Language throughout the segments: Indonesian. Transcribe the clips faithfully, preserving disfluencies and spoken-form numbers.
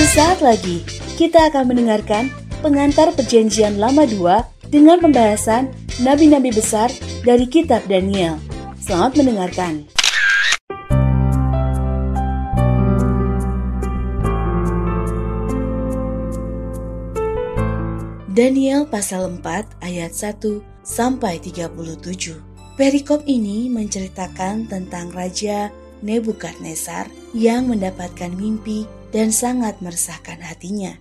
Sesaat lagi kita akan mendengarkan pengantar perjanjian lama dua dengan pembahasan nabi-nabi besar dari kitab Daniel. Selamat mendengarkan. Daniel pasal empat ayat satu sampai tiga puluh tujuh. Perikop ini menceritakan tentang Raja Nebukadnezar yang mendapatkan mimpi dan sangat meresahkan hatinya.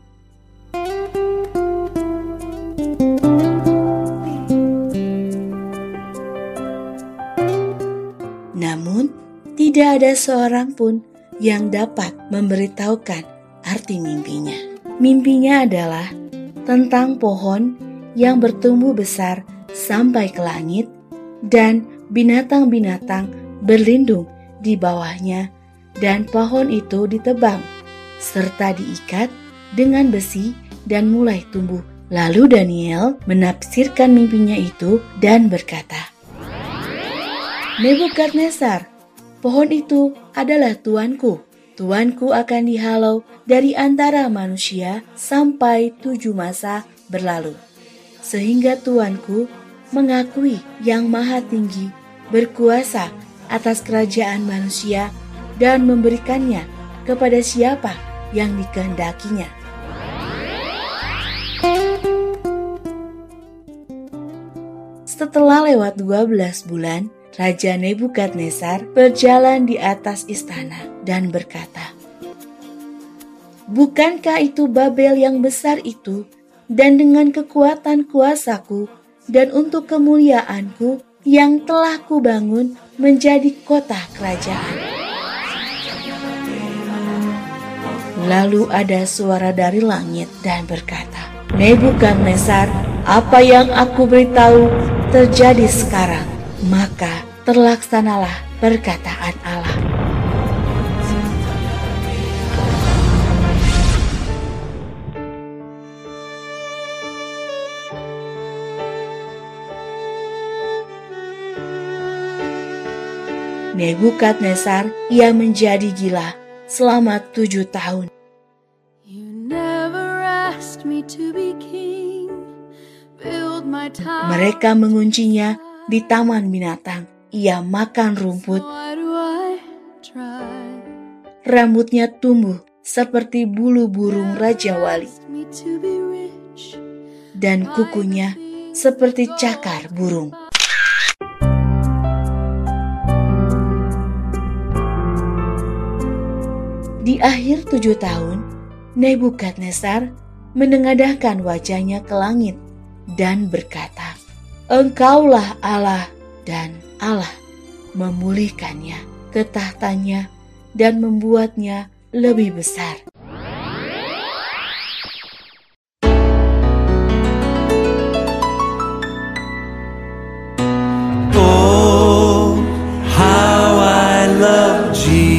Namun, tidak ada seorang pun yang dapat memberitahukan arti mimpinya. Mimpinya adalah tentang pohon yang bertumbuh besar sampai ke langit dan binatang-binatang berlindung di bawahnya, dan pohon itu ditebang serta diikat dengan besi dan mulai tumbuh. Lalu Daniel menafsirkan mimpinya itu dan berkata, Nebukadnezar, pohon itu adalah tuanku. Tuanku akan dihalau dari antara manusia sampai tujuh masa berlalu, sehingga tuanku mengakui yang maha tinggi berkuasa atas kerajaan manusia dan memberikannya kepada siapa yang dikehendakinya. Setelah lewat dua belas bulan, Raja Nebukadnezar berjalan di atas istana dan berkata, Bukankah itu Babel yang besar itu, dan dengan kekuatan kuasaku dan untuk kemuliaanku yang telah kubangun menjadi kota kerajaan? Lalu ada suara dari langit dan berkata, Nebukadnezar, apa yang aku beritahu terjadi sekarang, maka terlaksanalah perkataan Allah. Nebukadnezar ia menjadi gila selama tujuh tahun. Mereka menguncinya di taman binatang. Ia makan rumput. Rambutnya tumbuh seperti bulu burung Raja Wali, dan kukunya seperti cakar burung. Di akhir tujuh tahun, Nebukadnezar menengadahkan wajahnya ke langit dan berkata, Engkaulah Allah, dan Allah memulihkannya ke tahtanya dan membuatnya lebih besar. Oh, how I love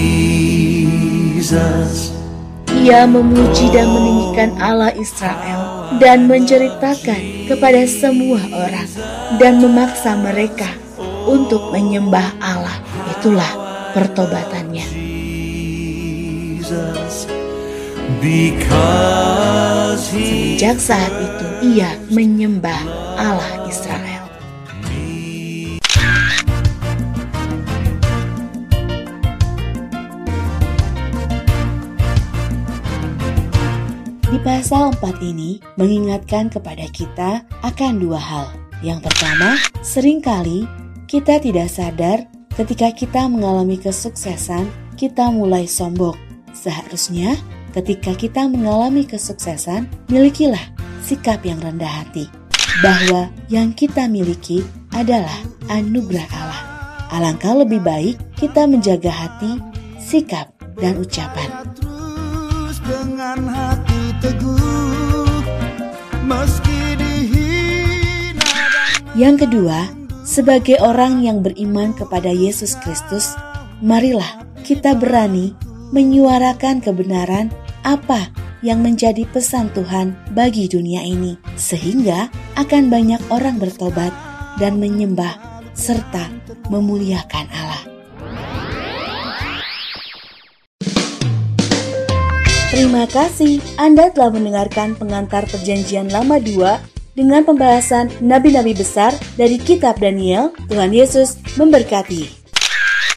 Jesus. Ia memuji dan meninggikan Allah Israel dan menceritakan kepada semua orang dan memaksa mereka untuk menyembah Allah. Itulah pertobatannya. Semenjak saat itu ia menyembah Allah Israel. Di pasal empat ini mengingatkan kepada kita akan dua hal. Yang pertama, seringkali kita tidak sadar ketika kita mengalami kesuksesan, kita mulai sombong. Seharusnya ketika kita mengalami kesuksesan, milikilah sikap yang rendah hati, bahwa yang kita miliki adalah anugerah Allah. Alangkah lebih baik kita menjaga hati, sikap, dan ucapan. Dengan hati teguh, meski dihina dan... Yang kedua, sebagai orang yang beriman kepada Yesus Kristus, marilah kita berani menyuarakan kebenaran apa yang menjadi pesan Tuhan bagi dunia ini, sehingga akan banyak orang bertobat dan menyembah serta memuliakan Allah. Terima kasih Anda telah mendengarkan pengantar Perjanjian Lama dua dengan pembahasan nabi-nabi besar dari kitab Daniel. Tuhan Yesus memberkati.